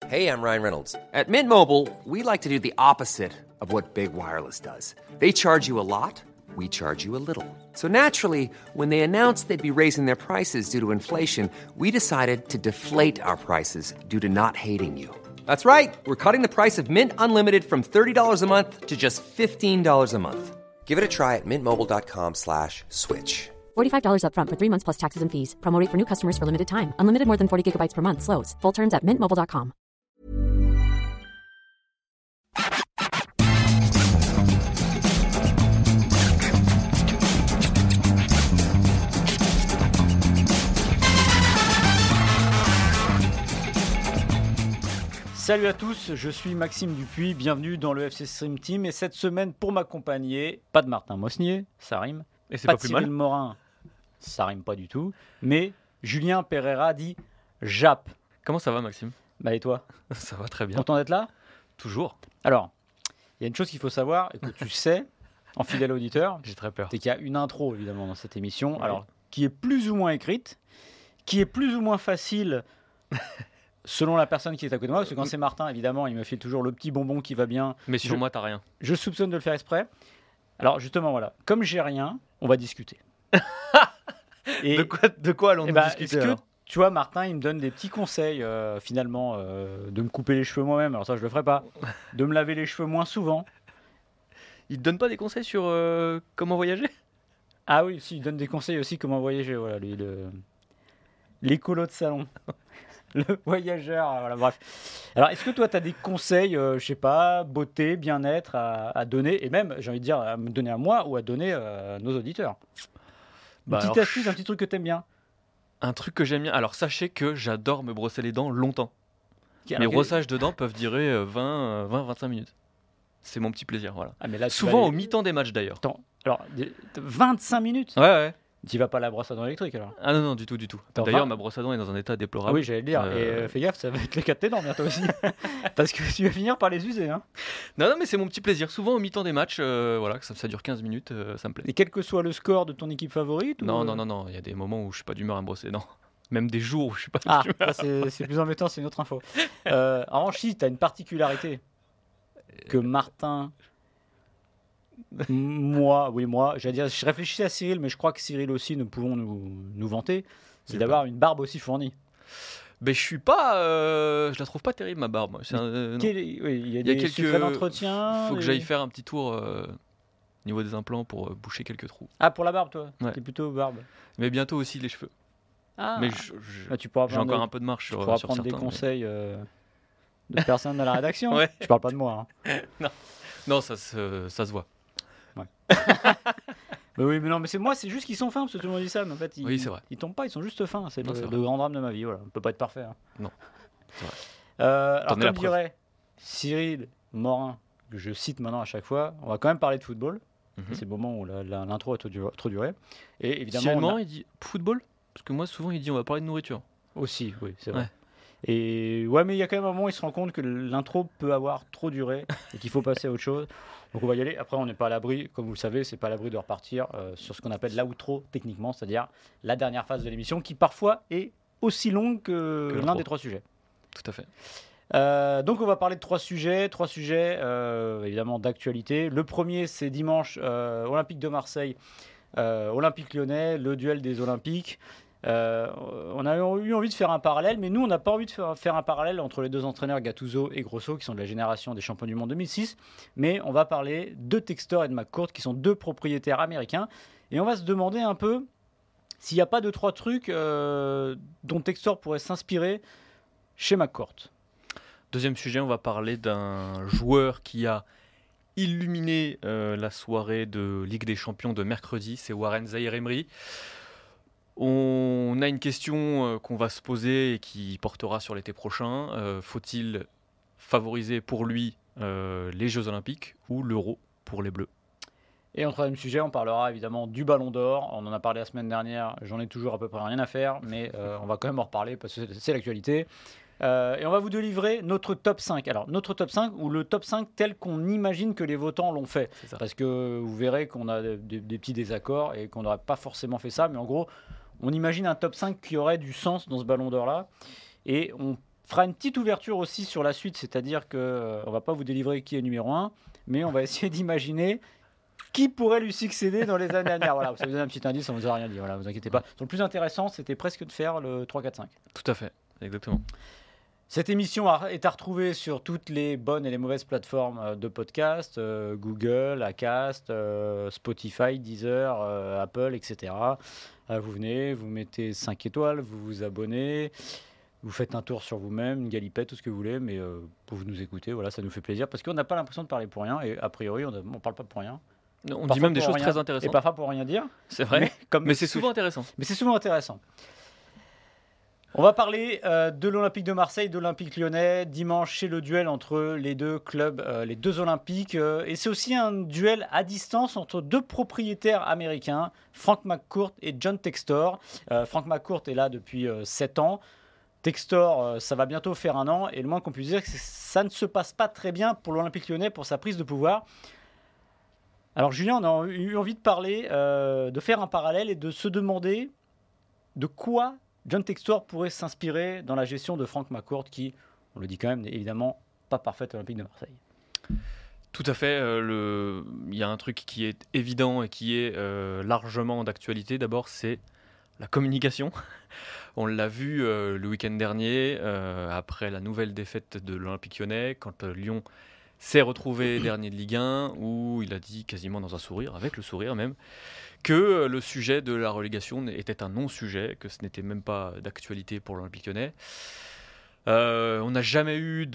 Hey, I'm Ryan Reynolds. At Mint Mobile, we like to do the opposite of what Big Wireless does. They charge you a lot, we charge you a little. So naturally, when they announced they'd be raising their prices due to inflation, we decided to deflate our prices due to not hating you. That's right. We're cutting the price of Mint Unlimited from $30 a month to just $15 a month. Give it a try at mintmobile.com/switch. $45 up front for 3 months plus taxes and fees. Promo rate for new customers for limited time. Unlimited more than 40 gigabytes per month. Slows full terms at mintmobile.com. Salut à tous, je suis Maxime Dupuis, bienvenue dans le FC Stream Team et cette semaine pour m'accompagner, pas de Martin Mosnier, ça rime, et c'est pas pas de plus Cyril mal. Morin, ça rime pas du tout, mais Julien Pereira dit Jap. Comment ça va, Maxime? Bah et toi? Ça va très bien. Content d'être là? Toujours. Alors, il y a une chose qu'il faut savoir et que tu sais, en fidèle auditeur, J'ai très peur. c'est qu'il y a une intro évidemment dans cette émission, Oui. alors qui est plus ou moins écrite, qui est plus ou moins facile selon la personne qui est à côté de moi, parce que quand c'est Martin, évidemment, il me file toujours le petit bonbon qui va bien. Mais sur moi, t'as rien. Je soupçonne de le faire exprès. Alors justement, voilà, comme j'ai rien, on va discuter. Et, De quoi allons-nous eh ben, discuter est-ce que, alors tu vois, Martin, il me donne des petits conseils, finalement, de me couper les cheveux moi-même, alors ça je le ferai pas, de me laver les cheveux moins souvent. Il te donne pas des conseils sur comment voyager? Ah oui, si, il donne des conseils aussi comment voyager, voilà, lui, l'écolo de salon. Le voyageur, voilà, bref. Alors, est-ce que toi, tu as des conseils, je sais pas, beauté, bien-être à donner, et même, j'ai envie de dire, à me donner à moi ou à donner à nos auditeurs? Une Bah, petite alors, astuce, un petit truc que t'aimes bien. Un truc que j'aime bien. Alors, sachez que j'adore me brosser les dents longtemps. Mes Alors, brossages de dents peuvent durer 20-25 minutes. C'est mon petit plaisir, voilà. Ah, mais là, tu vas Souvent aller- au mi-temps des matchs d'ailleurs. Attends, alors, 25 minutes? Ouais, ouais. Tu vas pas à la brosse à dents électrique, alors? Ah non, non, du tout, du tout. T'as D'ailleurs, faim ma brosse à dents est dans un état Ah déplorable. oui, j'allais le dire. Et fais gaffe, ça va être le cas de tes dents bientôt aussi. Parce que tu vas finir par les user, hein. Non, non, mais c'est mon petit plaisir. Souvent au mi-temps des matchs, voilà, ça dure 15 minutes, ça me plaît. Et quel que soit le score de ton équipe favorite? Non, ou... non, non, non, il y a des moments où je suis pas d'humeur à me brosser les dents. Même des jours où je suis pas Ah, d'humeur. ça, c'est plus embêtant, c'est une autre info. En revanche, si, tu as une particularité que Martin, moi, j'allais dire, je réfléchissais à Cyril, mais je crois que Cyril aussi, nous pouvons nous vanter, c'est J'ai d'avoir une barbe aussi fournie. Mais je suis pas, je la trouve pas terrible ma barbe. Moi. Non. Oui, il y a Il y a des quelques- secrets d'entretien. Faut que des- j'aille faire un petit tour au niveau des implants pour boucher quelques trous. Ah, pour la barbe, toi? Ouais. T'es plutôt barbe. Mais bientôt aussi les cheveux. Ah, Mais Bah, tu pourras j'ai prendre encore un peu de marche tu sur, pourras sur prendre certains. des conseils de personnes dans la rédaction. Ouais. Je parle pas de moi. Hein. Non, ça se voit. Mais oui, mais non, mais c'est moi, c'est juste qu'ils sont fins, parce que tout le monde dit ça, mais en fait, Oui, c'est vrai. ils tombent pas, ils sont juste fins. C'est Non, le, c'est le grand drame de ma vie, voilà. On peut pas être parfait. Hein. Non, c'est vrai. Alors, T'en es la comme preuve. dirait Cyril Morin, que je cite maintenant à chaque fois, on va quand même parler de football. Mhm. C'est le moment où l'intro a trop duré. Et évidemment, Cyril on a- Morin, il dit football. Parce que moi, souvent, il dit on va parler de nourriture. aussi, oui, c'est vrai. Ouais. Et ouais, mais il y a quand même un moment où il se rend compte que l'intro peut avoir trop duré et qu'il faut passer à autre chose. Donc on va y aller. Après, on n'est pas à l'abri, comme vous le savez, c'est pas à l'abri de repartir sur ce qu'on appelle l'outro techniquement, c'est-à-dire la dernière phase de l'émission qui parfois est aussi longue que l'un l'intro. des trois sujets. Tout à fait. Donc on va parler de trois sujets évidemment d'actualité. Le premier, c'est dimanche, Olympique de Marseille, Olympique Lyonnais, le duel des Olympiques. On a eu envie de faire un parallèle, mais nous, on n'a pas envie de faire un parallèle entre les deux entraîneurs, Gattuso et Grosso, qui sont de la génération des champions du monde 2006. Mais on va parler de Textor et de McCourt, qui sont deux propriétaires américains. Et on va se demander un peu s'il n'y a pas deux, trois trucs dont Textor pourrait s'inspirer chez McCourt. Deuxième sujet, on va parler d'un joueur qui a illuminé la soirée de Ligue des Champions de mercredi, c'est Warren Zaïre-Emery. On a une question qu'on va se poser et qui portera sur l'été prochain. Faut-il favoriser pour lui les Jeux Olympiques ou l'Euro pour les Bleus? Et en troisième sujet, on parlera évidemment du Ballon d'Or. On en a parlé la semaine dernière, j'en ai toujours à peu près rien à faire, mais on va quand même en reparler parce que c'est l'actualité. Et on va vous délivrer notre top 5. Alors, notre top 5 ou le top 5 tel qu'on imagine que les votants l'ont fait. C'est ça. Parce que vous verrez qu'on a des petits désaccords et qu'on n'aurait pas forcément fait ça. Mais en gros, on imagine un top 5 qui aurait du sens dans ce Ballon d'Or-là. Et on fera une petite ouverture aussi sur la suite, c'est-à-dire qu'on ne va pas vous délivrer qui est numéro 1, mais on va essayer d'imaginer qui pourrait lui succéder dans les années à venir. Voilà, ça vous donne un petit indice, on ne vous a rien dit, voilà, vous inquiétez pas. Donc, le plus intéressant, c'était presque de faire le 3, 4, 5. Tout à fait, exactement. Cette émission est à retrouver sur toutes les bonnes et les mauvaises plateformes de podcast, Google, Acast, Spotify, Deezer, Apple, etc. Vous venez, vous mettez 5 étoiles, vous vous abonnez, vous faites un tour sur vous-même, une galipette, tout ce que vous voulez, mais pour nous écouter, voilà, ça nous fait plaisir, parce qu'on n'a pas l'impression de parler pour rien, et a priori, on ne parle pas pour rien. On dit même des choses très intéressantes. Et parfois pour rien dire. C'est vrai, mais c'est souvent intéressant. Mais c'est souvent intéressant. On va parler de l'Olympique de Marseille, de l'Olympique lyonnais. Dimanche, c'est le duel entre les deux clubs, les deux Olympiques. Et c'est aussi un duel à distance entre deux propriétaires américains, Frank McCourt et John Textor. Frank McCourt est là depuis 7 ans. Textor, ça va bientôt faire 1 an. Et le moins qu'on puisse dire, c'est que ça ne se passe pas très bien pour l'Olympique lyonnais pour sa prise de pouvoir. Alors Julien, on a eu envie de parler, de faire un parallèle et de se demander de quoi John Textor pourrait s'inspirer dans la gestion de Frank McCourt, qui, on le dit quand même, n'est évidemment pas parfaite à l'Olympique de Marseille. Tout à fait. Il y a un truc qui est évident et qui est largement d'actualité. D'abord, c'est la communication. On l'a vu le week-end dernier, après la nouvelle défaite de l'Olympique lyonnais, quand Lyon s'est retrouvé dernier de Ligue 1, où il a dit quasiment dans un sourire, avec le sourire même, que le sujet de la relégation était un non-sujet, que ce n'était même pas d'actualité pour l'Olympique lyonnais. On n'a jamais eu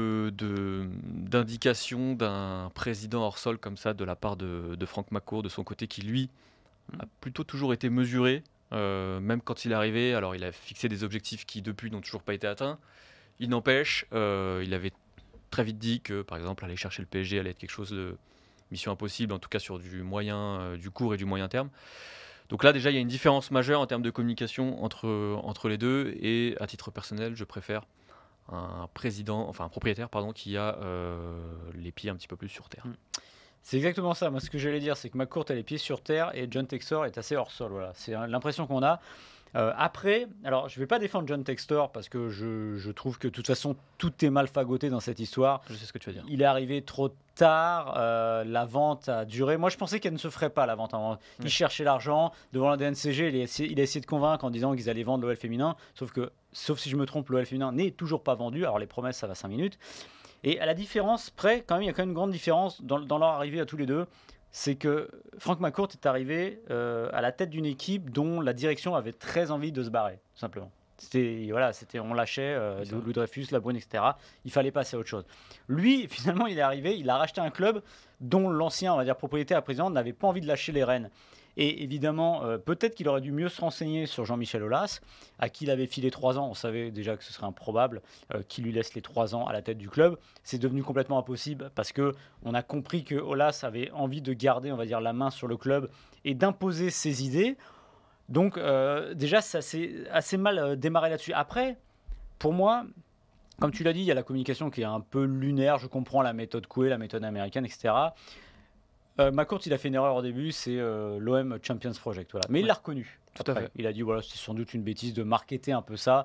d'indication d'un président hors sol comme ça de la part de Frank McCourt, de son côté, qui lui a plutôt toujours été mesuré, même quand il est arrivé. Alors il a fixé des objectifs qui depuis n'ont toujours pas été atteints. Il n'empêche, il avait très vite dit que par exemple aller chercher le PSG allait être quelque chose de mission impossible, en tout cas sur du court et du moyen terme. Donc là déjà il y a une différence majeure en termes de communication entre les deux, et à titre personnel je préfère un propriétaire qui a les pieds un petit peu plus sur terre. C'est exactement ça. Moi, ce que j'allais dire, c'est que McCourt a les pieds sur terre et John Textor est assez hors sol. Voilà. C'est l'impression qu'on a. Après, alors je ne vais pas défendre John Textor parce que je trouve que de toute façon tout est mal fagoté dans cette histoire. Je sais ce que tu veux dire. Il est arrivé trop tard, la vente a duré. Moi je pensais qu'elle ne se ferait pas, la vente. Il cherchait l'argent devant la DNCG, il a essayé de convaincre en disant qu'ils allaient vendre l'OL féminin, sauf si je me trompe, l'OL féminin n'est toujours pas vendu. Alors les promesses ça va 5 minutes. Et à la différence près, quand même, il y a quand même une grande différence dans leur arrivée à tous les deux. C'est que Frank McCourt est arrivé à la tête d'une équipe dont la direction avait très envie de se barrer, tout simplement. On lâchait Louis Dreyfus, La Brune, etc. Il fallait passer à autre chose. Lui, finalement, il est arrivé, il a racheté un club dont l'ancien, on va dire, propriétaire président n'avait pas envie de lâcher les rênes. Et évidemment, peut-être qu'il aurait dû mieux se renseigner sur Jean-Michel Aulas, à qui il avait filé 3 ans. On savait déjà que ce serait improbable qu'il lui laisse les 3 ans à la tête du club. C'est devenu complètement impossible parce qu'on a compris que Aulas avait envie de garder, on va dire, la main sur le club et d'imposer ses idées. Donc déjà, ça s'est assez mal démarré là-dessus. Après, pour moi, comme tu l'as dit, il y a la communication qui est un peu lunaire. Je comprends la méthode Coué, la méthode américaine, etc. McCourt, il a fait une erreur au début, c'est l'OM Champions Project. Voilà. Mais il l'a reconnu. Tout à fait. Il a dit, voilà, c'est sans doute une bêtise de marketer un peu ça.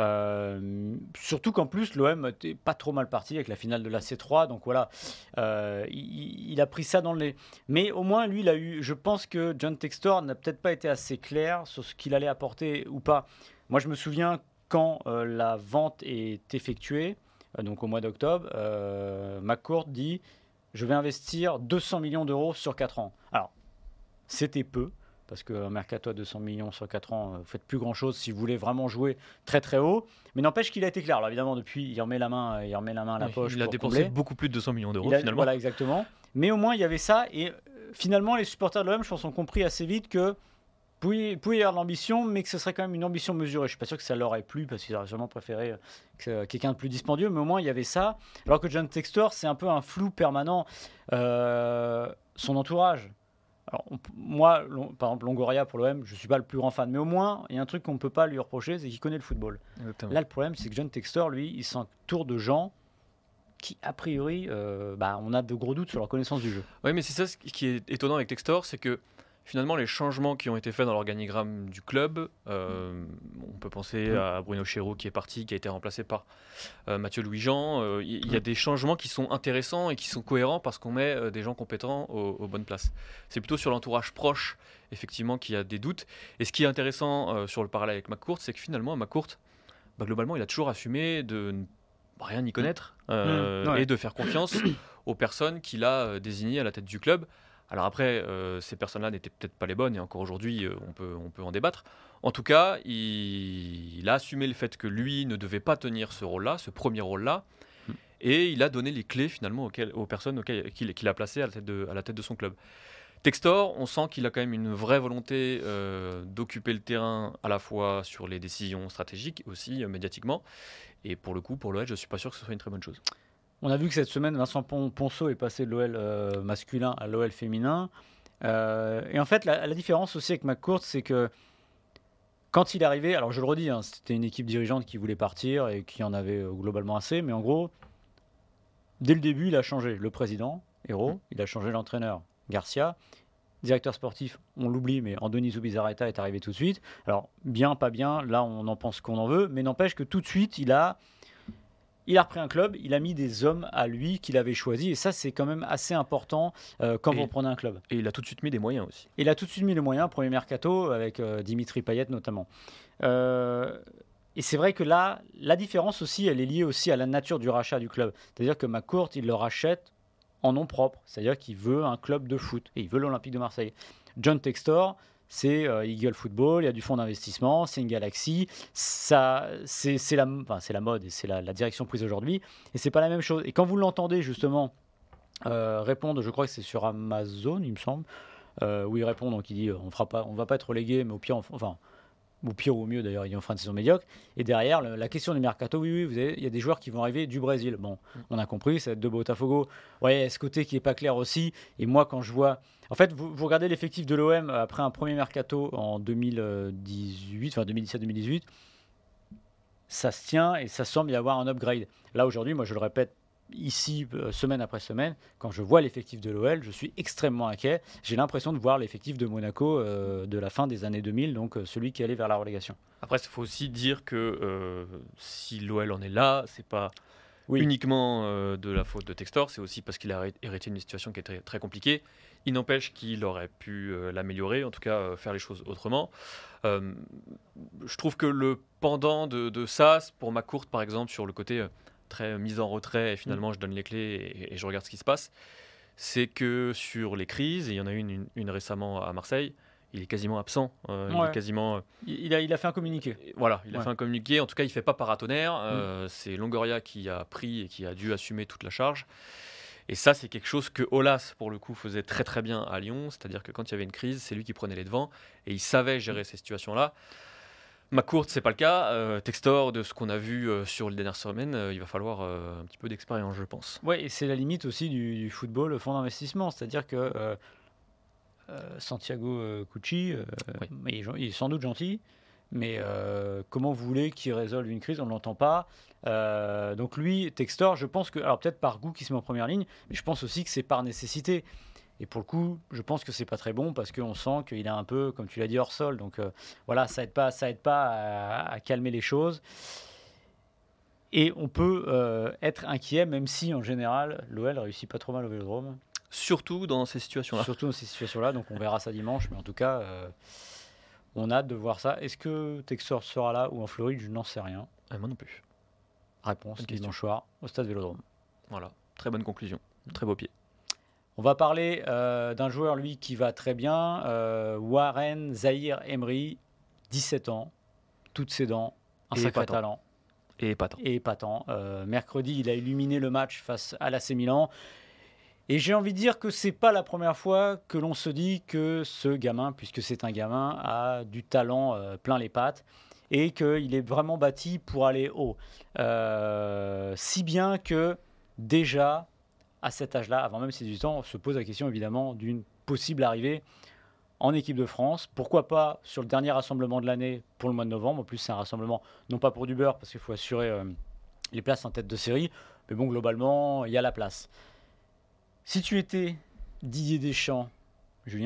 Surtout qu'en plus, l'OM n'était pas trop mal parti avec la finale de la C3. Donc voilà, il a pris ça dans le nez. Mais au moins, lui, il a eu. Je pense que John Textor n'a peut-être pas été assez clair sur ce qu'il allait apporter ou pas. Moi, je me souviens quand la vente est effectuée, donc au mois d'octobre, McCourt dit: je vais investir 200 millions d'euros sur 4 ans. Alors, c'était peu, parce qu'un mercato à 200 millions sur 4 ans, vous ne faites plus grand-chose si vous voulez vraiment jouer très très haut. Mais n'empêche qu'il a été clair. Alors évidemment, depuis, il remet la main à la poche. Il a dépensé beaucoup plus de 200 millions d'euros finalement. Voilà, exactement. Mais au moins, il y avait ça. Et finalement, les supporters de l'OM, je pense, ont compris assez vite que pouvait y avoir de l'ambition, mais que ce serait quand même une ambition mesurée. Je ne suis pas sûr que ça leur ait plu, parce qu'ils auraient sûrement préféré quelqu'un de plus dispendieux, mais au moins il y avait ça. Alors que John Textor, c'est un peu un flou permanent. Son entourage. Alors, moi, par exemple, Longoria pour l'OM, je ne suis pas le plus grand fan, mais au moins, il y a un truc qu'on ne peut pas lui reprocher, c'est qu'il connaît le football. Exactement. Là, le problème, c'est que John Textor, lui, il s'entoure de gens qui, a priori, on a de gros doutes sur leur connaissance du jeu. Oui, mais c'est ça ce qui est étonnant avec Textor, c'est que finalement, les changements qui ont été faits dans l'organigramme du club, on peut penser à Bruno Chéreau qui est parti, qui a été remplacé par Mathieu Louis-Jean. Il y a des changements qui sont intéressants et qui sont cohérents parce qu'on met des gens compétents aux bonnes places. C'est plutôt sur l'entourage proche, effectivement, qu'il y a des doutes. Et ce qui est intéressant sur le parallèle avec McCourt, c'est que finalement, McCourt, globalement, il a toujours assumé de ne rien y connaître et de faire confiance aux personnes qu'il a désignées à la tête du club. Alors après, ces personnes-là n'étaient peut-être pas les bonnes, et encore aujourd'hui, on peut en débattre. En tout cas, il a assumé le fait que lui ne devait pas tenir ce rôle-là, ce premier rôle-là, et il a donné les clés finalement aux personnes qu'il a placées à la tête de son club. Textor, on sent qu'il a quand même une vraie volonté d'occuper le terrain à la fois sur les décisions stratégiques, aussi médiatiquement, et pour le coup, pour l'OL, je ne suis pas sûr que ce soit une très bonne chose. On a vu que cette semaine, Vincent Ponceau est passé de l'OL masculin à l'OL féminin. Et en fait, la différence aussi avec McCourt, c'est que quand il est arrivé, alors je le redis, c'était une équipe dirigeante qui voulait partir et qui en avait globalement assez, mais en gros, dès le début, il a changé le président, Hérault, il a changé l'entraîneur, Garcia. Directeur sportif, on l'oublie, mais Andoni Zubizarreta est arrivé tout de suite. Alors, bien, pas bien, là, on en pense qu'on en veut, mais n'empêche que tout de suite, il a repris un club, il a mis des hommes à lui qu'il avait choisis, et ça, c'est quand même assez important quand vous reprenez un club. Et il a tout de suite mis des moyens aussi. Il a tout de suite mis les moyens, premier mercato, avec Dimitri Payet notamment. Et c'est vrai que là, la différence aussi, elle est liée aussi à la nature du rachat du club. C'est-à-dire que McCourt, il le rachète en nom propre, c'est-à-dire qu'il veut un club de foot, et il veut l'Olympique de Marseille. John Textor, c'est Eagle Football, il y a du fonds d'investissement, c'est une galaxie, ça, c'est la mode et c'est la direction prise aujourd'hui, et c'est pas la même chose. Et quand vous l'entendez justement répondre, je crois que c'est sur Amazon, il me semble, où il répond, donc il dit on va pas être relégué, mais au pire, au pire ou au mieux d'ailleurs, il fera une saison médiocre. Et derrière, la question du mercato, oui, il y a des joueurs qui vont arriver du Brésil. Bon, on a compris, ça va être de Botafogo. Ouais, ce côté qui n'est pas clair aussi. Et moi, quand je vois... En fait, vous regardez l'effectif de l'OM après un premier mercato en 2017-2018, ça se tient et ça semble y avoir un upgrade. Là, aujourd'hui, moi, je le répète, ici, semaine après semaine, quand je vois l'effectif de l'OL, je suis extrêmement inquiet. J'ai l'impression de voir l'effectif de Monaco de la fin des années 2000, donc celui qui allait vers la relégation. Après, il faut aussi dire que si l'OL en est là, c'est pas uniquement de la faute de Textor, c'est aussi parce qu'il a hérité d'une situation qui est très, très compliquée. Il n'empêche qu'il aurait pu l'améliorer, en tout cas faire les choses autrement. Je trouve que le pendant de ça, pour McCourt par exemple, sur le côté... très mise en retrait et finalement je donne les clés et je regarde ce qui se passe, c'est que sur les crises, et il y en a une récemment à Marseille, il est quasiment absent. Il a fait un communiqué. Voilà, il a fait un communiqué. En tout cas, il ne fait pas paratonnerre. C'est Longoria qui a pris et qui a dû assumer toute la charge. Et ça, c'est quelque chose que Aulas, pour le coup, faisait très très bien à Lyon. C'est-à-dire que quand il y avait une crise, c'est lui qui prenait les devants et il savait gérer ces situations-là. McCourt, c'est pas le cas. Textor, de ce qu'on a vu sur les dernières semaines, il va falloir un petit peu d'expérience, je pense. Oui, et c'est la limite aussi du football, le fonds d'investissement. C'est-à-dire que Santiago Cucci, il est sans doute gentil, mais comment vous voulez qu'il résolve une crise? On ne l'entend pas. Donc lui, Textor, je pense que, alors peut-être par goût qu'il se met en première ligne, mais je pense aussi que c'est par nécessité. Et pour le coup, je pense que c'est pas très bon parce qu'on sent qu'il est un peu, comme tu l'as dit, hors sol. Donc voilà, ça aide pas à calmer les choses. Et on peut être inquiet, même si en général, l'OL réussit pas trop mal au Vélodrome. Surtout dans ces situations-là. Donc on verra ça dimanche. Mais en tout cas, on a hâte de voir ça. Est-ce que Textor sera là ou en Floride? Je n'en sais rien. Moi non plus. Réponse dimanche soir au stade Vélodrome. Voilà, très bonne conclusion. Très beau pied. On va parler d'un joueur, lui, qui va très bien. Warren Zahir Emery, 17 ans, toutes ses dents, un sacré talent. Et épatant. Mercredi, il a illuminé le match face à l'AC Milan. Et j'ai envie de dire que c'est pas la première fois que l'on se dit que ce gamin, puisque c'est un gamin, a du talent plein les pattes et qu'il est vraiment bâti pour aller haut. Si bien que déjà... à cet âge-là, avant même ses 18 ans, on se pose la question évidemment d'une possible arrivée en équipe de France. Pourquoi pas sur le dernier rassemblement de l'année pour le mois de novembre. En plus, c'est un rassemblement non pas pour du beurre, parce qu'il faut assurer les places en tête de série. Mais bon, globalement, il y a la place. Si tu étais Didier Deschamps, Julien,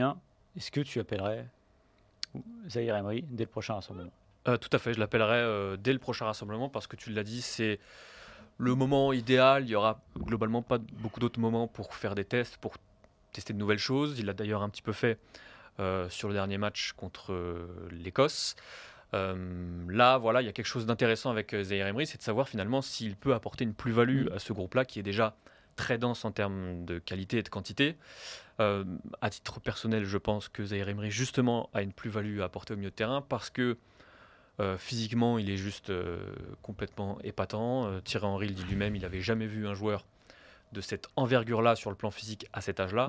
Est-ce que tu appellerais Zahir Emery dès le prochain rassemblement? Tout à fait, je l'appellerai dès le prochain rassemblement parce que tu l'as dit, c'est le moment idéal. Il n'y aura globalement pas beaucoup d'autres moments pour faire des tests, pour tester de nouvelles choses. Il l'a d'ailleurs un petit peu fait sur le dernier match contre l'Écosse. Là, voilà, il y a quelque chose d'intéressant avec Zahir Emery, c'est de savoir finalement s'il peut apporter une plus-value à ce groupe-là qui est déjà très dense en termes de qualité et de quantité. À titre personnel, je pense que Zahir Emery justement a une plus-value à apporter au milieu de terrain parce que physiquement, il est juste complètement épatant. Thierry Henry le dit lui-même, il n'avait jamais vu un joueur de cette envergure-là sur le plan physique à cet âge-là.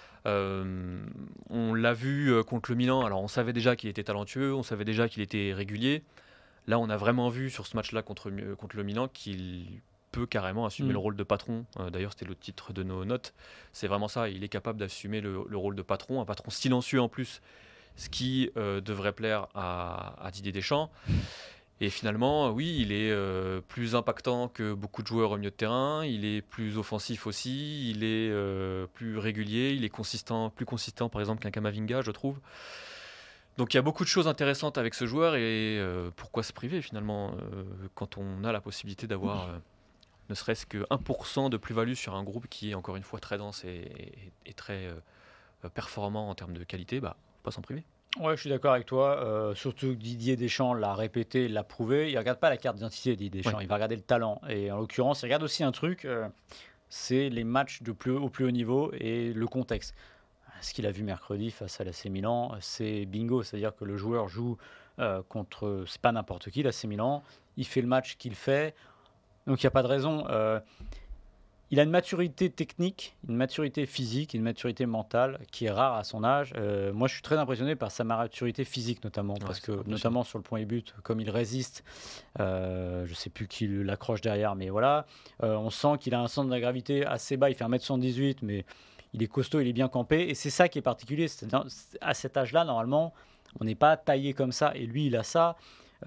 On l'a vu contre le Milan. Alors, on savait déjà qu'il était talentueux, on savait déjà qu'il était régulier. Là, on a vraiment vu sur ce match-là contre le Milan qu'il peut carrément assumer le rôle de patron. D'ailleurs, c'était le titre de nos notes. C'est vraiment ça, il est capable d'assumer le rôle de patron, un patron silencieux en plus, ce qui devrait plaire à Didier Deschamps. Et finalement, oui, il est plus impactant que beaucoup de joueurs au milieu de terrain, il est plus offensif aussi, il est plus régulier, il est plus consistant par exemple qu'un Camavinga, je trouve. Donc il y a beaucoup de choses intéressantes avec ce joueur et pourquoi se priver finalement quand on a la possibilité d'avoir ne serait-ce que 1% de plus-value sur un groupe qui est encore une fois très dense et très performant en termes de qualité, faut pas s'en priver. Ouais, je suis d'accord avec toi. Surtout que Didier Deschamps l'a répété, l'a prouvé. Il ne regarde pas la carte d'identité, Didier Deschamps. Il va regarder le talent. Et en l'occurrence, il regarde aussi un truc, c'est les matchs au plus haut niveau et le contexte. Ce qu'il a vu mercredi face à l'AC Milan, c'est bingo. C'est-à-dire que le joueur joue contre, c'est pas n'importe qui, l'AC Milan. Il fait le match qu'il fait. Donc il n'y a pas de raison. Il a une maturité technique, une maturité physique, une maturité mentale qui est rare à son âge. Moi, je suis très impressionné par sa maturité physique notamment, parce que notamment sur le point et but, comme il résiste, je ne sais plus qui l'accroche derrière, mais voilà, on sent qu'il a un centre de gravité assez bas. Il fait 1m78, mais il est costaud, il est bien campé, et c'est ça qui est particulier. À cet âge-là, normalement, on n'est pas taillé comme ça, et lui, il a ça.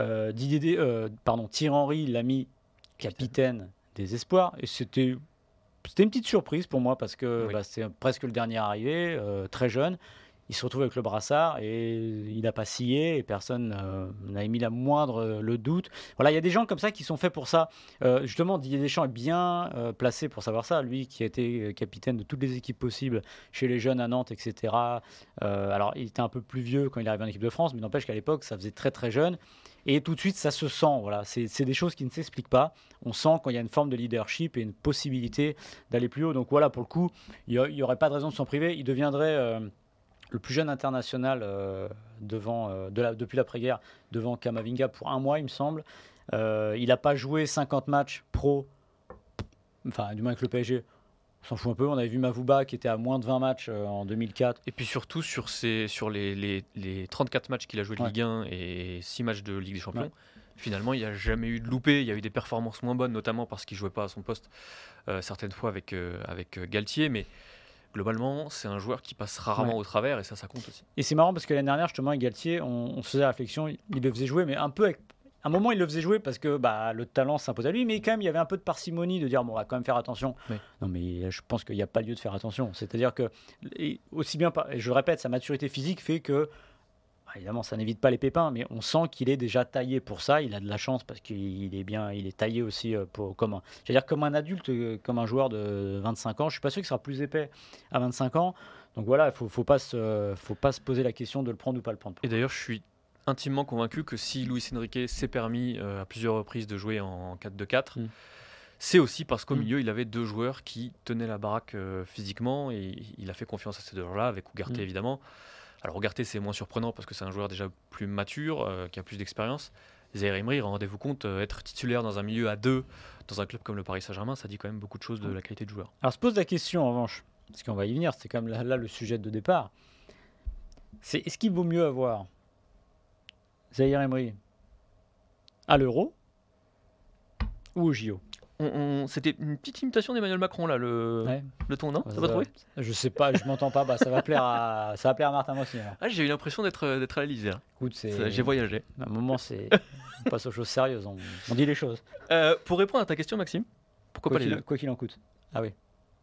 Thierry Henry l'a mis capitaine des espoirs, et c'était une petite surprise pour moi parce que c'est presque le dernier arrivé, très jeune. Il se retrouve avec le brassard et il n'a pas scié et personne n'a émis la moindre le doute. Voilà, il y a des gens comme ça qui sont faits pour ça. Justement, Didier Deschamps est bien placé pour savoir ça. Lui qui a été capitaine de toutes les équipes possibles chez les jeunes à Nantes, etc. Alors, il était un peu plus vieux quand il est arrivé en équipe de France, mais n'empêche qu'à l'époque, ça faisait très très jeune. Et tout de suite, ça se sent. Voilà. C'est des choses qui ne s'expliquent pas. On sent quand il y a une forme de leadership et une possibilité d'aller plus haut. Donc voilà, pour le coup, il n'y aurait pas de raison de s'en priver. Il deviendrait le plus jeune international depuis l'après-guerre devant Camavinga pour 1 mois, il me semble. Il n'a pas joué 50 matchs pro, enfin du moins avec le PSG. On s'en fout un peu. On avait vu Mavouba qui était à moins de 20 matchs en 2004. Et puis surtout sur les 34 matchs qu'il a joué de Ligue 1 et 6 matchs de Ligue des Champions, finalement il n'y a jamais eu de loupé. Il y a eu des performances moins bonnes, notamment parce qu'il ne jouait pas à son poste certaines fois avec Galtier. Mais globalement, c'est un joueur qui passe rarement au travers et ça compte aussi. Et c'est marrant parce que l'année dernière, justement, avec Galtier, on se faisait la réflexion, il le faisait jouer, mais un peu avec... À un moment, il le faisait jouer parce que le talent s'impose à lui, mais quand même, il y avait un peu de parcimonie de dire, bon, on va quand même faire attention. Oui. Non, mais je pense qu'il n'y a pas lieu de faire attention. C'est-à-dire que, aussi bien, et je le répète, sa maturité physique fait que, évidemment, ça n'évite pas les pépins, mais on sent qu'il est déjà taillé pour ça. Il a de la chance parce qu'il est bien, il est taillé aussi comme un adulte, comme un joueur de 25 ans. Je ne suis pas sûr qu'il sera plus épais à 25 ans. Donc voilà, il ne faut pas se poser la question de le prendre ou pas le prendre. Et d'ailleurs, je suis intimement convaincu que si Luis Enrique s'est permis à plusieurs reprises de jouer en 4-2-4, c'est aussi parce qu'au milieu, il avait 2 joueurs qui tenaient la baraque physiquement et il a fait confiance à ces 2 joueurs-là, avec Ugarte évidemment. Alors Ugarte, c'est moins surprenant parce que c'est un joueur déjà plus mature, qui a plus d'expérience. Zahir Emery, rendez-vous compte, être titulaire dans un milieu à 2, dans un club comme le Paris Saint-Germain, ça dit quand même beaucoup de choses de la qualité du joueur. Alors se pose la question en revanche, parce qu'on va y venir, c'était quand même là le sujet de départ, c'est est-ce qu'il vaut mieux avoir Zahir Emery à l'Euro ou au JO? C'était une petite imitation d'Emmanuel Macron là, le ton, non? T'as pas trouvé? Je sais pas, je m'entends pas. Ça va plaire à Martin Mossier. J'ai eu l'impression d'être à l'Élysée. Écoute, j'ai voyagé. À un moment, on passe aux choses sérieuses. On dit les choses. Pour répondre à ta question, Maxime, pourquoi pas les deux? Quoi qu'il en coûte. Ah oui.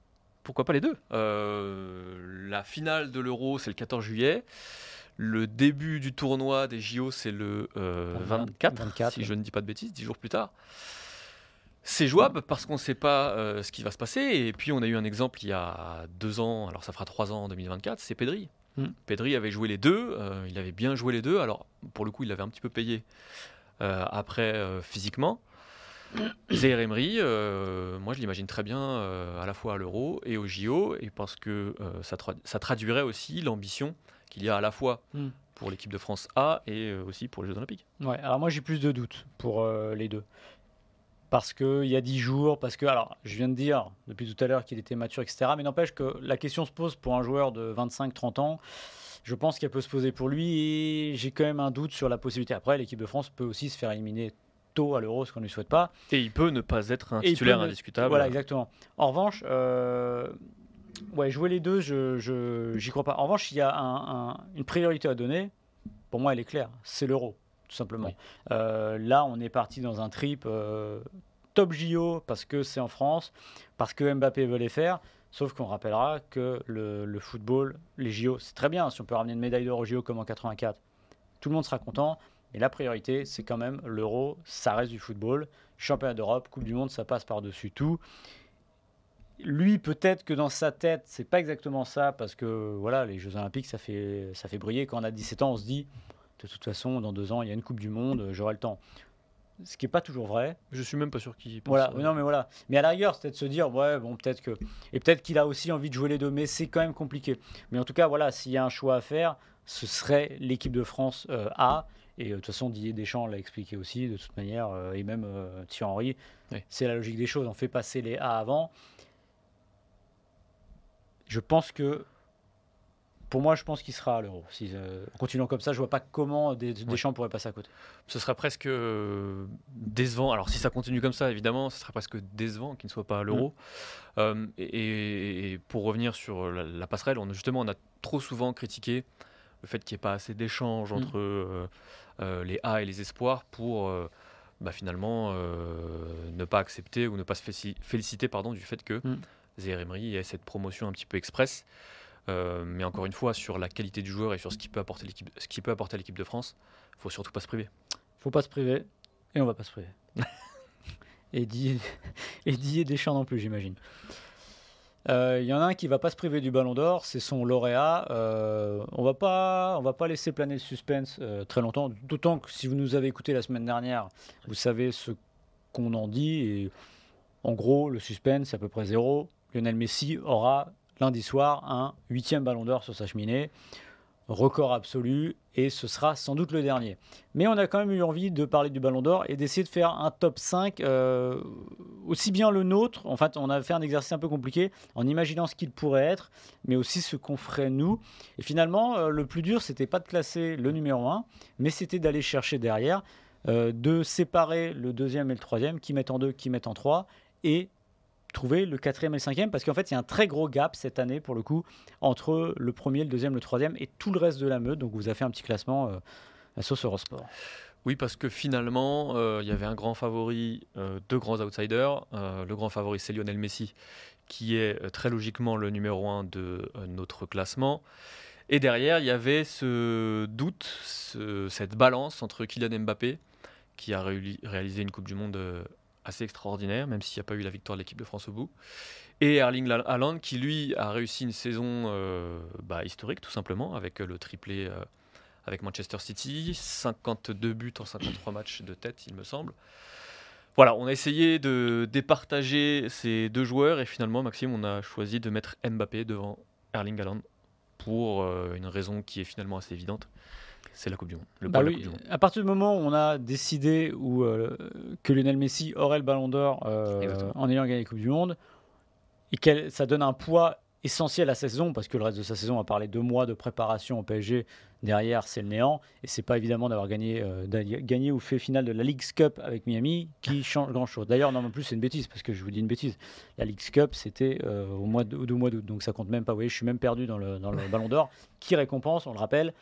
pourquoi pas les deux. La finale de l'Euro, c'est le 14 juillet. Le début du tournoi des JO, c'est le 24, si je ne dis pas de bêtises, 10 jours plus tard. C'est jouable parce qu'on ne sait pas ce qui va se passer. Et puis, on a eu un exemple il y a 2 ans, alors ça fera 3 ans en 2024, c'est Pedri. Pedri avait joué les deux, il avait bien joué les deux. Alors, pour le coup, il avait un petit peu payé après physiquement. Zaïre Emery, moi je l'imagine très bien à la fois à l'Euro et au JO, et parce que ça traduirait aussi l'ambition qu'il y a à la fois pour l'équipe de France A et aussi pour les Jeux Olympiques. Ouais, alors moi j'ai plus de doutes pour les deux. Parce qu'il y a 10 jours, parce que, alors je viens de dire depuis tout à l'heure qu'il était mature, etc. Mais n'empêche que la question se pose pour un joueur de 25-30 ans. Je pense qu'elle peut se poser pour lui et j'ai quand même un doute sur la possibilité. Après, l'équipe de France peut aussi se faire éliminer tôt à l'Euro, ce qu'on ne lui souhaite pas. Et il peut ne pas être un titulaire indiscutable. Voilà, exactement. En revanche, jouer les deux, j'y crois pas. En revanche, il y a une priorité à donner. Pour moi, elle est claire. C'est l'Euro, tout simplement. Oui. Là, on est parti dans un trip top JO parce que c'est en France, parce que Mbappé veut les faire. Sauf qu'on rappellera que le football, les JO, c'est très bien. Si on peut ramener une médaille d'or aux JO comme en 84, tout le monde sera content. Et la priorité, c'est quand même l'Euro, ça reste du football. Championnat d'Europe, Coupe du Monde, ça passe par-dessus tout. Lui, peut-être que dans sa tête, c'est pas exactement ça, parce que voilà, les Jeux Olympiques, ça fait briller. Quand on a 17 ans, on se dit, de toute façon, dans 2 ans, il y a une Coupe du Monde, j'aurai le temps. Ce qui n'est pas toujours vrai. Je suis même pas sûr qu'il pense. Voilà, non, mais voilà. Mais à la rigueur, c'est peut-être se dire, ouais, bon, peut-être que. Et peut-être qu'il a aussi envie de jouer les deux, mais c'est quand même compliqué. Mais en tout cas, voilà, s'il y a un choix à faire, ce serait l'équipe de France A. Et de toute façon, Didier Deschamps l'a expliqué aussi, de toute manière, et même Thierry Henry. Oui. C'est la logique des choses. On fait passer les A avant. Je pense que. Pour moi, je pense qu'il sera à l'Euro. En continuant comme ça, je ne vois pas comment Deschamps pourrait passer à côté. Ce serait presque décevant. Alors, si ça continue comme ça, évidemment, ce serait presque décevant qu'il ne soit pas à l'Euro. Et pour revenir sur la passerelle, on a trop souvent critiqué le fait qu'il n'y ait pas assez d'échanges entre les A et les espoirs pour finalement ne pas accepter ou ne pas se féliciter du fait que Zaïre Emery ait cette promotion un petit peu express. Mais encore une fois, sur la qualité du joueur et sur ce qu'il peut apporter à l'équipe de France, il ne faut surtout pas se priver. Il ne faut pas se priver, et on ne va pas se priver. et Didier Deschamps non plus, j'imagine. Il y en a un qui ne va pas se priver du Ballon d'Or, c'est son lauréat. On va pas laisser planer le suspense très longtemps, d'autant que si vous nous avez écouté la semaine dernière, vous savez ce qu'on en dit. Et en gros, le suspense, c'est à peu près 0. Lionel Messi aura lundi soir un 8e Ballon d'Or sur sa cheminée, record absolu, et ce sera sans doute le dernier. Mais on a quand même eu envie de parler du Ballon d'Or et d'essayer de faire un top 5, aussi bien le nôtre. En fait, on a fait un exercice un peu compliqué en imaginant ce qu'il pourrait être, mais aussi ce qu'on ferait nous. Et finalement, le plus dur, c'était pas de classer le numéro 1, mais c'était d'aller chercher derrière, de séparer le 2e et le 3e, qui mettent en 2, qui mettent en 3, et trouver le 4e et le 5e, parce qu'en fait, il y a un très gros gap cette année, pour le coup, entre le 1er, le 2e, le 3e et tout le reste de la meute. Donc, vous avez fait un petit classement à Sauce Eurosport. Oui, parce que finalement, il y avait un grand favori, 2 grands outsiders. Le grand favori, c'est Lionel Messi, qui est très logiquement le numéro 1 de notre classement. Et derrière, il y avait ce doute, cette balance entre Kylian Mbappé, qui a réalisé une Coupe du Monde assez extraordinaire, même s'il n'y a pas eu la victoire de l'équipe de France au bout, et Erling Haaland, qui lui a réussi une saison historique, tout simplement, avec le triplé avec Manchester City, 52 buts en 53 matchs de tête, il me semble. Voilà, on a essayé de départager ces 2 joueurs, et finalement, Maxime, on a choisi de mettre Mbappé devant Erling Haaland, pour une raison qui est finalement assez évidente. C'est la Coupe du Monde. Coupe du Monde. À partir du moment où on a décidé que Lionel Messi aurait le Ballon d'Or en ayant gagné la Coupe du Monde, et que ça donne un poids essentiel à sa saison, parce que le reste de sa saison, on a parlé 2 mois de préparation au PSG, derrière c'est le néant, et c'est pas évidemment d'avoir gagné ou fait finale de la Leagues Cup avec Miami qui change grand chose. D'ailleurs, non, en plus c'est une bêtise, parce que je vous dis une bêtise, la Leagues Cup c'était au mois d'août, donc ça compte même pas. Vous voyez, je suis même perdu dans le Ballon d'Or, qui récompense, on le rappelle,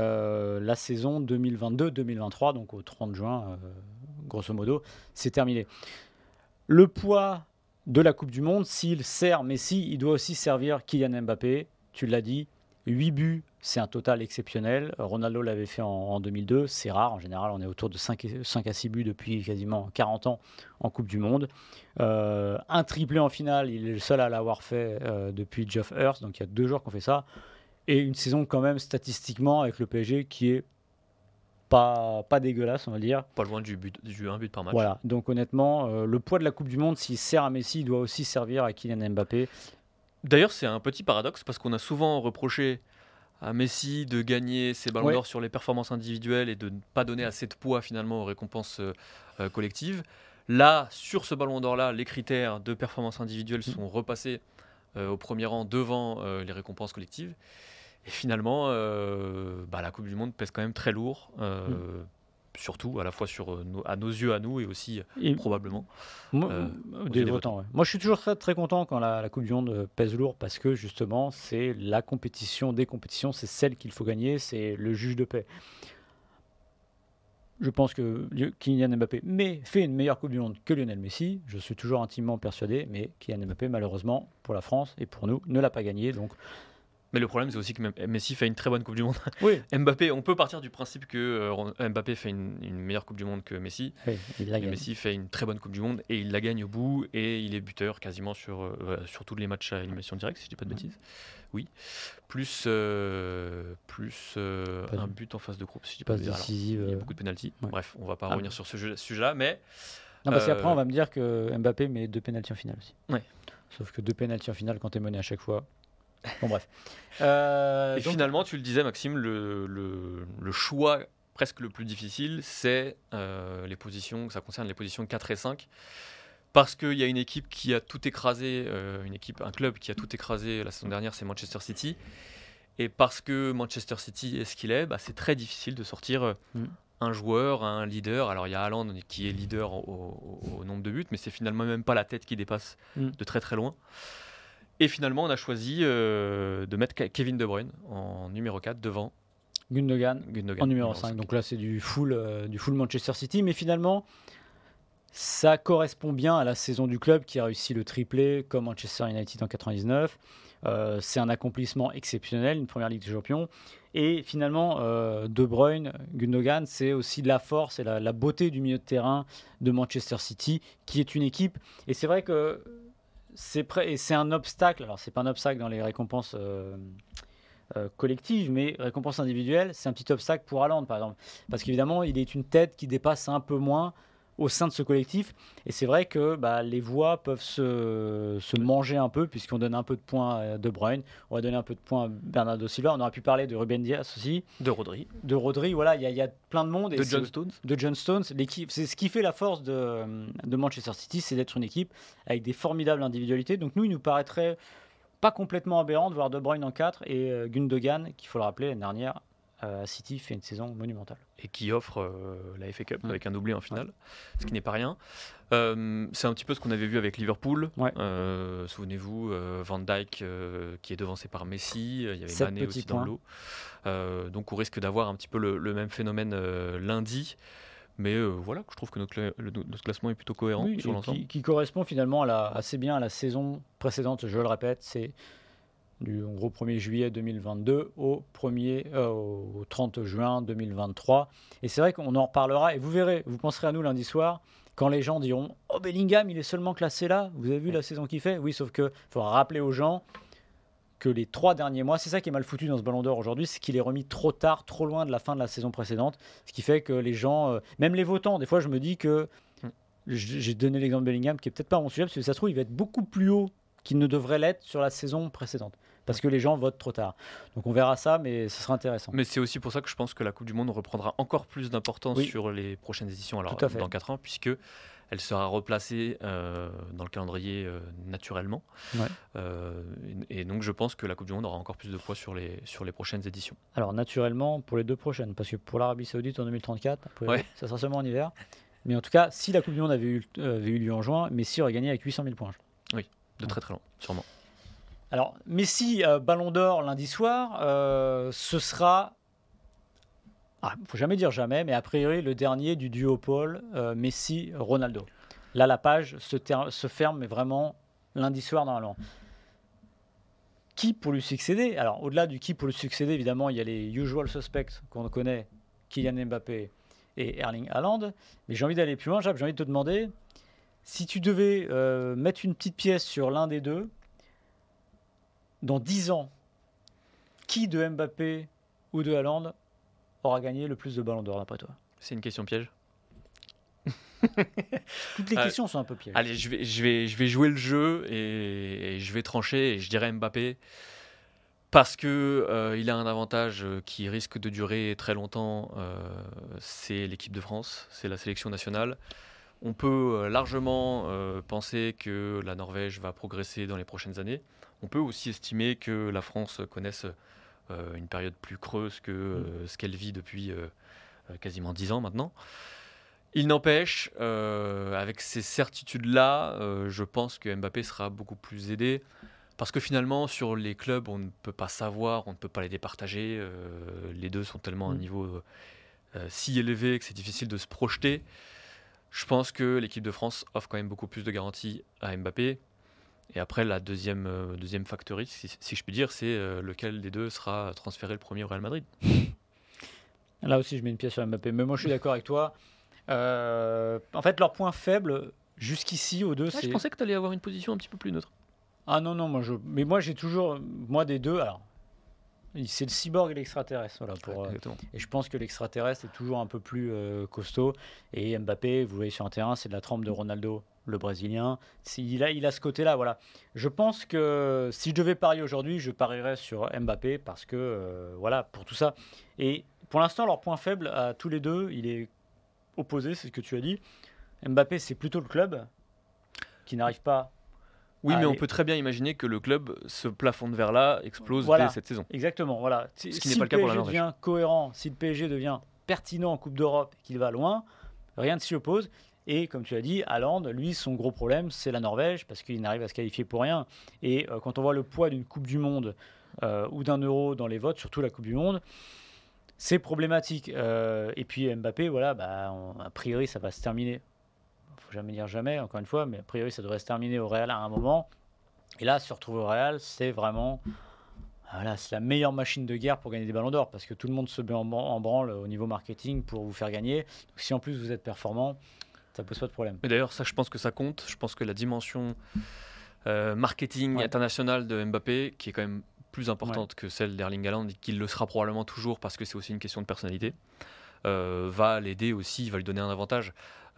la saison 2022-2023, donc au 30 juin, grosso modo, c'est terminé. Le poids de la Coupe du Monde, s'il sert Messi, il doit aussi servir Kylian Mbappé. Tu l'as dit, 8 buts, c'est un total exceptionnel. Ronaldo l'avait fait en 2002, c'est rare. En général, on est autour de 5 à 6 buts depuis quasiment 40 ans en Coupe du Monde. Un triplé en finale, il est le seul à l'avoir fait depuis Geoff Hurst, donc il y a 2 joueurs qui ont fait ça. Et une saison quand même statistiquement avec le PSG qui est pas dégueulasse, on va dire. Pas loin du un but par match. Voilà, donc honnêtement, le poids de la Coupe du Monde, s'il sert à Messi, il doit aussi servir à Kylian Mbappé. D'ailleurs, c'est un petit paradoxe parce qu'on a souvent reproché à Messi de gagner ses ballons d'or sur les performances individuelles et de ne pas donner assez de poids finalement aux récompenses collectives. Là, sur ce ballon d'or-là, les critères de performance individuelle sont repassés au premier rang devant les récompenses collectives. Et finalement, la Coupe du Monde pèse quand même très lourd, surtout à la fois à nos yeux à nous et aussi probablement des votants. Ouais. Moi, je suis toujours très, très content quand la Coupe du Monde pèse lourd parce que justement, c'est la compétition des compétitions, c'est celle qu'il faut gagner, c'est le juge de paix. Je pense que Kylian Mbappé fait une meilleure Coupe du Monde que Lionel Messi. Je suis toujours intimement persuadé, mais Kylian Mbappé, malheureusement, pour la France et pour nous, ne l'a pas gagné. Donc, mais le problème, c'est aussi que Messi fait une très bonne Coupe du Monde. Oui. Mbappé, on peut partir du principe que Mbappé fait une meilleure Coupe du Monde que Messi. Oui, mais Messi fait une très bonne Coupe du Monde et il la gagne au bout et il est buteur quasiment sur tous les matchs à élimination directe, si je dis pas de bêtises. Oui. Plus un but en phase de groupe, si je dis pas de bêtises. Il y a beaucoup de pénaltys. Ouais. Bref, on va pas revenir sur ce sujet-là, mais... Non, parce qu'après, on va me dire que Mbappé met 2 pénaltys en finale aussi. Ouais. Sauf que 2 pénaltys en finale, quand tu es mené à chaque fois... Bon, bref. Et donc, finalement, tu le disais, Maxime, le choix presque le plus difficile, c'est les positions, ça concerne les positions 4 et 5. Parce qu'il y a une équipe qui a tout écrasé, un club qui a tout écrasé la saison dernière, c'est Manchester City. Et parce que Manchester City est ce qu'il est, c'est très difficile de sortir un joueur, un leader. Alors il y a Haaland qui est leader au nombre de buts, mais c'est finalement même pas la tête qui dépasse de très très loin. Et finalement, on a choisi de mettre Kevin De Bruyne en numéro 4 devant Gundogan en numéro 5. Donc là, c'est du full Manchester City. Mais finalement, ça correspond bien à la saison du club qui a réussi le triplé comme Manchester United en 99. C'est un accomplissement exceptionnel, une première Ligue des Champions. Et finalement, De Bruyne, Gundogan, c'est aussi la force et la beauté du milieu de terrain de Manchester City, qui est une équipe. Et c'est vrai que c'est un obstacle. Alors, c'est pas un obstacle dans les récompenses collectives, mais récompenses individuelles, c'est un petit obstacle pour Haaland, par exemple. Parce qu'évidemment, il est une tête qui dépasse un peu moins au sein de ce collectif. Et c'est vrai que les voix peuvent se manger un peu, puisqu'on donne un peu de points à De Bruyne, on va donner un peu de points à Bernardo Silva, on aurait pu parler de Ruben Dias aussi. De Rodri, voilà, il y a plein de monde. De John Stones. L'équipe, c'est ce qui fait la force de Manchester City, c'est d'être une équipe avec des formidables individualités. Donc nous, il nous paraîtrait pas complètement aberrant de voir De Bruyne en 4 et Gundogan, qu'il faut le rappeler, l'année dernière, City fait une saison monumentale. Et qui offre la FA Cup avec un doublé en finale, ce qui n'est pas rien. C'est un petit peu ce qu'on avait vu avec Liverpool. Souvenez-vous, Van Dijk qui est devancé par Messi, il y avait Mané aussi dans le lot. Donc on risque d'avoir un petit peu le même phénomène lundi. Mais voilà, je trouve que notre classement est plutôt cohérent sur l'ensemble. Qui correspond finalement assez bien à la saison précédente, je le répète, c'est du 1er juillet 2022 au 30 juin 2023. Et c'est vrai qu'on en reparlera, et vous verrez, vous penserez à nous lundi soir, quand les gens diront « Oh, Bellingham, il est seulement classé là, vous avez vu la saison qu'il fait ?» Oui, sauf qu'il faudra rappeler aux gens que les 3 derniers mois, c'est ça qui est mal foutu dans ce Ballon d'Or aujourd'hui, c'est qu'il est remis trop tard, trop loin de la fin de la saison précédente, ce qui fait que les gens, même les votants, des fois je me dis que, j'ai donné l'exemple de Bellingham qui est peut-être pas mon sujet, parce que ça se trouve il va être beaucoup plus haut qu'il ne devrait l'être sur la saison précédente. Parce que les gens votent trop tard. Donc on verra ça, mais ce sera intéressant. Mais c'est aussi pour ça que je pense que la Coupe du Monde reprendra encore plus d'importance sur les prochaines éditions, alors dans 4 ans, puisque elle sera replacée dans le calendrier naturellement. Et donc je pense que la Coupe du Monde aura encore plus de poids sur les prochaines éditions. Alors naturellement pour les 2 prochaines, parce que pour l'Arabie Saoudite en 2034, ça sera seulement en hiver. Mais en tout cas, si la Coupe du Monde avait eu lieu en juin, Messi aurait gagné avec 800 000 points. Oui, de très très loin, sûrement. Alors, Messi, Ballon d'Or lundi soir, ce sera, il ne faut jamais dire jamais, mais a priori le dernier du duo Paul, Messi-Ronaldo. Là, la page se ferme, mais vraiment lundi soir normalement. Qui pour lui succéder? Alors, au-delà du qui pour lui succéder, évidemment, il y a les usual suspects qu'on connaît, Kylian Mbappé et Erling Haaland. Mais j'ai envie d'aller plus loin, Jacques. J'ai envie de te demander, si tu devais mettre une petite pièce sur l'un des deux, dans 10 ans, qui de Mbappé ou de Haaland aura gagné le plus de ballons d'or, d'après toi? C'est une question piège. Toutes les questions sont un peu pièges. Allez, je vais jouer le jeu et je vais trancher et je dirais Mbappé parce que il a un avantage qui risque de durer très longtemps, c'est l'équipe de France, c'est la sélection nationale. On peut largement penser que la Norvège va progresser dans les prochaines années. On peut aussi estimer que la France connaisse une période plus creuse que ce qu'elle vit depuis quasiment 10 ans maintenant. Il n'empêche, avec ces certitudes-là, je pense que Mbappé sera beaucoup plus aidé. Parce que finalement, sur les clubs, on ne peut pas savoir, on ne peut pas les départager. Les deux sont tellement à un niveau si élevé que c'est difficile de se projeter. Je pense que l'équipe de France offre quand même beaucoup plus de garanties à Mbappé. Et après, la deuxième factory, si je puis dire, c'est lequel des deux sera transféré le premier au Real Madrid. Là aussi, je mets une pièce sur Mbappé. Mais moi, je suis d'accord avec toi. En fait, leur point faible, jusqu'ici, aux deux, c'est... Je pensais que tu allais avoir une position un petit peu plus neutre. Ah non, mais moi, j'ai toujours... Moi, des deux, alors... C'est le cyborg et l'extraterrestre. Voilà, et je pense que l'extraterrestre est toujours un peu plus costaud. Et Mbappé, vous voyez sur un terrain, c'est de la trempe de Ronaldo, le Brésilien. Il a ce côté-là. Voilà. Je pense que si je devais parier aujourd'hui, je parierais sur Mbappé parce que, voilà, pour tout ça. Et pour l'instant, leur point faible à tous les deux, il est opposé, c'est ce que tu as dit. Mbappé, c'est plutôt le club qui n'arrive pas. Oui, mais on peut très bien imaginer que le club, ce plafond de verre-là, explose dès cette saison. Exactement, voilà. Ce qui n'est pas le cas pour la Norvège. Si le PSG devient cohérent, si le PSG devient pertinent en Coupe d'Europe et qu'il va loin, rien ne s'y oppose. Et comme tu as dit, Haaland, lui, son gros problème, c'est la Norvège, parce qu'il n'arrive à se qualifier pour rien. Et quand on voit le poids d'une Coupe du Monde ou d'un Euro dans les votes, surtout la Coupe du Monde, c'est problématique. Et puis Mbappé, voilà, a priori, ça va se terminer. Faut jamais dire jamais, encore une fois, mais a priori, ça devrait se terminer au Real à un moment. Et là, se retrouver au Real, c'est vraiment... Voilà, c'est la meilleure machine de guerre pour gagner des ballons d'or, parce que tout le monde se met en branle au niveau marketing pour vous faire gagner. Donc, si en plus vous êtes performant, ça pose pas de problème. Mais d'ailleurs, ça, je pense que ça compte. Je pense que la dimension marketing internationale de Mbappé, qui est quand même plus importante que celle d'Erling Haaland, et qui le sera probablement toujours, parce que c'est aussi une question de personnalité, va l'aider aussi, va lui donner un avantage.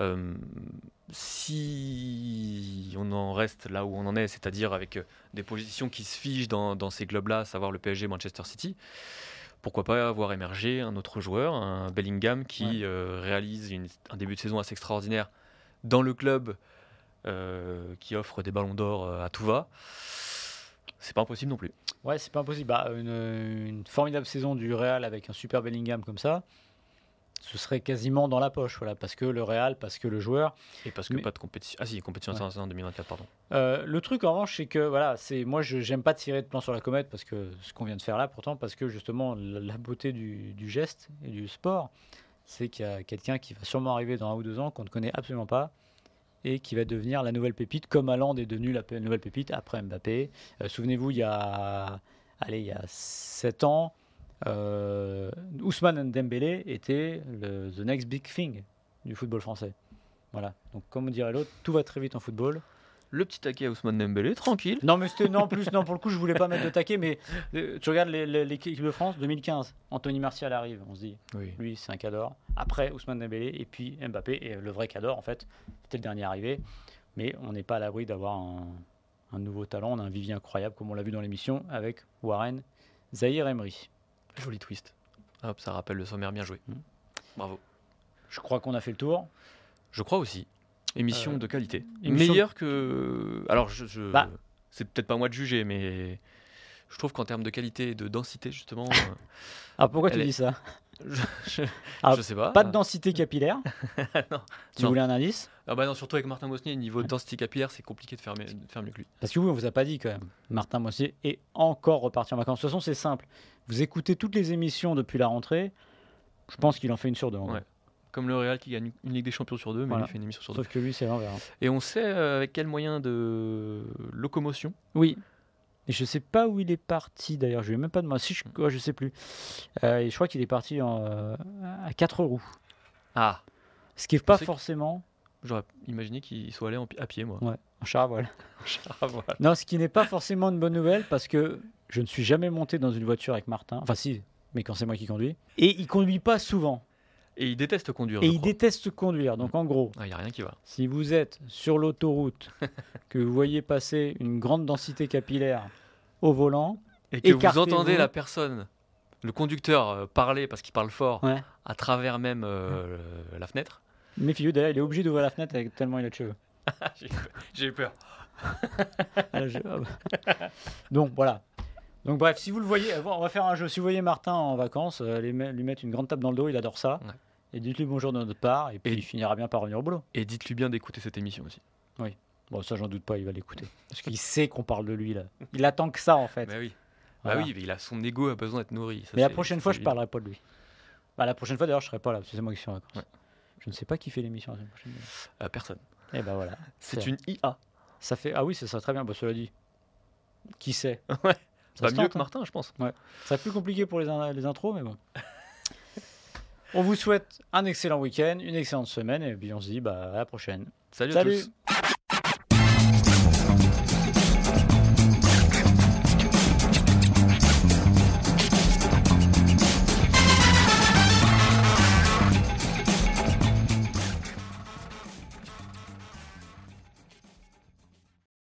Si on en reste là où on en est, c'est-à-dire avec des positions qui se figent dans ces clubs-là, à savoir le PSG, Manchester City, pourquoi pas avoir émergé un autre joueur, un Bellingham qui réalise un début de saison assez extraordinaire dans le club qui offre des ballons d'or à tout va. C'est pas impossible non plus. Ouais, c'est pas impossible. Une formidable saison du Real avec un super Bellingham comme ça, ce serait quasiment dans la poche, voilà, parce que le Real, parce que le joueur. Et parce que pas de compétition. Ah si, compétition internationale en 2024, pardon. Le truc en revanche, c'est que voilà, moi j'aime pas tirer de plan sur la comète parce que ce qu'on vient de faire là, pourtant, parce que justement la beauté du geste et du sport, c'est qu'il y a quelqu'un qui va sûrement arriver dans 1 ou 2 ans qu'on ne connaît absolument pas et qui va devenir la nouvelle pépite, comme Haaland est devenu la nouvelle pépite après Mbappé. Souvenez-vous, il y a 7 ans. Ousmane Dembélé était the next big thing du football français. Voilà. Donc comme dirait l'autre, tout va très vite en football. Le petit taquet à Ousmane Dembélé, tranquille. Non mais c'était pour le coup je voulais pas mettre de taquet, mais tu regardes l'équipe de France 2015, Anthony Martial arrive, on se dit lui c'est un cador. Après Ousmane Dembélé et puis Mbappé, et le vrai cador en fait, c'était le dernier arrivé. Mais on n'est pas à l'abri d'avoir un nouveau talent, on a un vivier incroyable comme on l'a vu dans l'émission avec Warren Zaïre-Emery. Joli twist. Hop, ça rappelle le sommaire, bien joué. Bravo. Je crois qu'on a fait le tour. Je crois aussi. Émission de qualité. Meilleure que... Alors, c'est peut-être pas moi de juger, mais je trouve qu'en termes de qualité et de densité, justement... Pourquoi tu dis ça? Je sais pas. Pas de densité capillaire. Non. Tu voulais un indice? Non, surtout avec Martin Mosnier, niveau de densité capillaire, c'est compliqué de faire mieux que lui. Parce que oui, on vous a pas dit quand même. Martin Mosnier est encore reparti en vacances. De toute façon, c'est simple. Vous écoutez toutes les émissions depuis la rentrée, je pense qu'il en fait une sur deux. Ouais. Comme le Real qui gagne une Ligue des Champions sur 2, mais Voilà. il fait une émission sur 2. Sauf que lui, c'est l'envers. Et on sait avec quel moyen de locomotion. Oui. Et je sais pas où il est parti d'ailleurs. Je lui ai même pas demandé. Si je sais plus. Et je crois qu'il est parti à 4 roues. Ah, Ce qui est pas pensais que- forcément. j'aurais imaginé qu'il soit allé à pied, moi. Ouais, en char à voile. Ah, voilà. Non, ce qui n'est pas forcément une bonne nouvelle parce que je ne suis jamais monté dans une voiture avec Martin. Enfin, si, mais quand c'est moi qui conduis. Et il conduit pas souvent. Et il déteste conduire. Et je il crois. déteste conduire. Donc en gros, Ah, il n'y a rien qui va. si vous êtes sur l'autoroute, que vous voyez passer une grande densité capillaire au volant, Et que Écartez-vous. vous entendez la personne, le conducteur, parler parce qu'il parle fort ouais. à travers même la fenêtre. Méfiez-vous, d'ailleurs, il est obligé d'ouvrir la fenêtre avec tellement il a de cheveux. J'ai eu peur. Ah, Donc voilà. Donc bref, si vous le voyez, on va faire un jeu. Si vous voyez Martin en vacances, lui mettre une grande tape dans le dos, il adore ça. Ouais. Et dites-lui bonjour de notre part, et puis Et- il finira bien par revenir au boulot. Et dites-lui bien d'écouter cette émission aussi. Bon, ça, j'en doute pas, il va l'écouter. Parce qu'il sait qu'on parle de lui, là. Il attend que ça, en fait. Bah oui. Voilà. Bah oui, mais son ego a besoin d'être nourri. Ça, Mais la c'est- prochaine ça, fois, c'est je évident. parlerai pas de lui. Bah, la prochaine fois, d'ailleurs, je serai pas là, parce que c'est moi qui suis en vacances. Ouais. Je ne sais pas qui fait l'émission la semaine prochaine. Personne. Et ben voilà. C'est une IA. Ça fait. Ah oui, ça serait très bien. Bah, cela dit. Qui sait Ouais. Ça Pas se mieux tente, que hein. Martin, je pense. Ça serait plus compliqué pour les intros, mais bon. On vous souhaite un excellent week-end, une excellente semaine, et puis on se dit bah, à la prochaine. Salut à Salut. tous.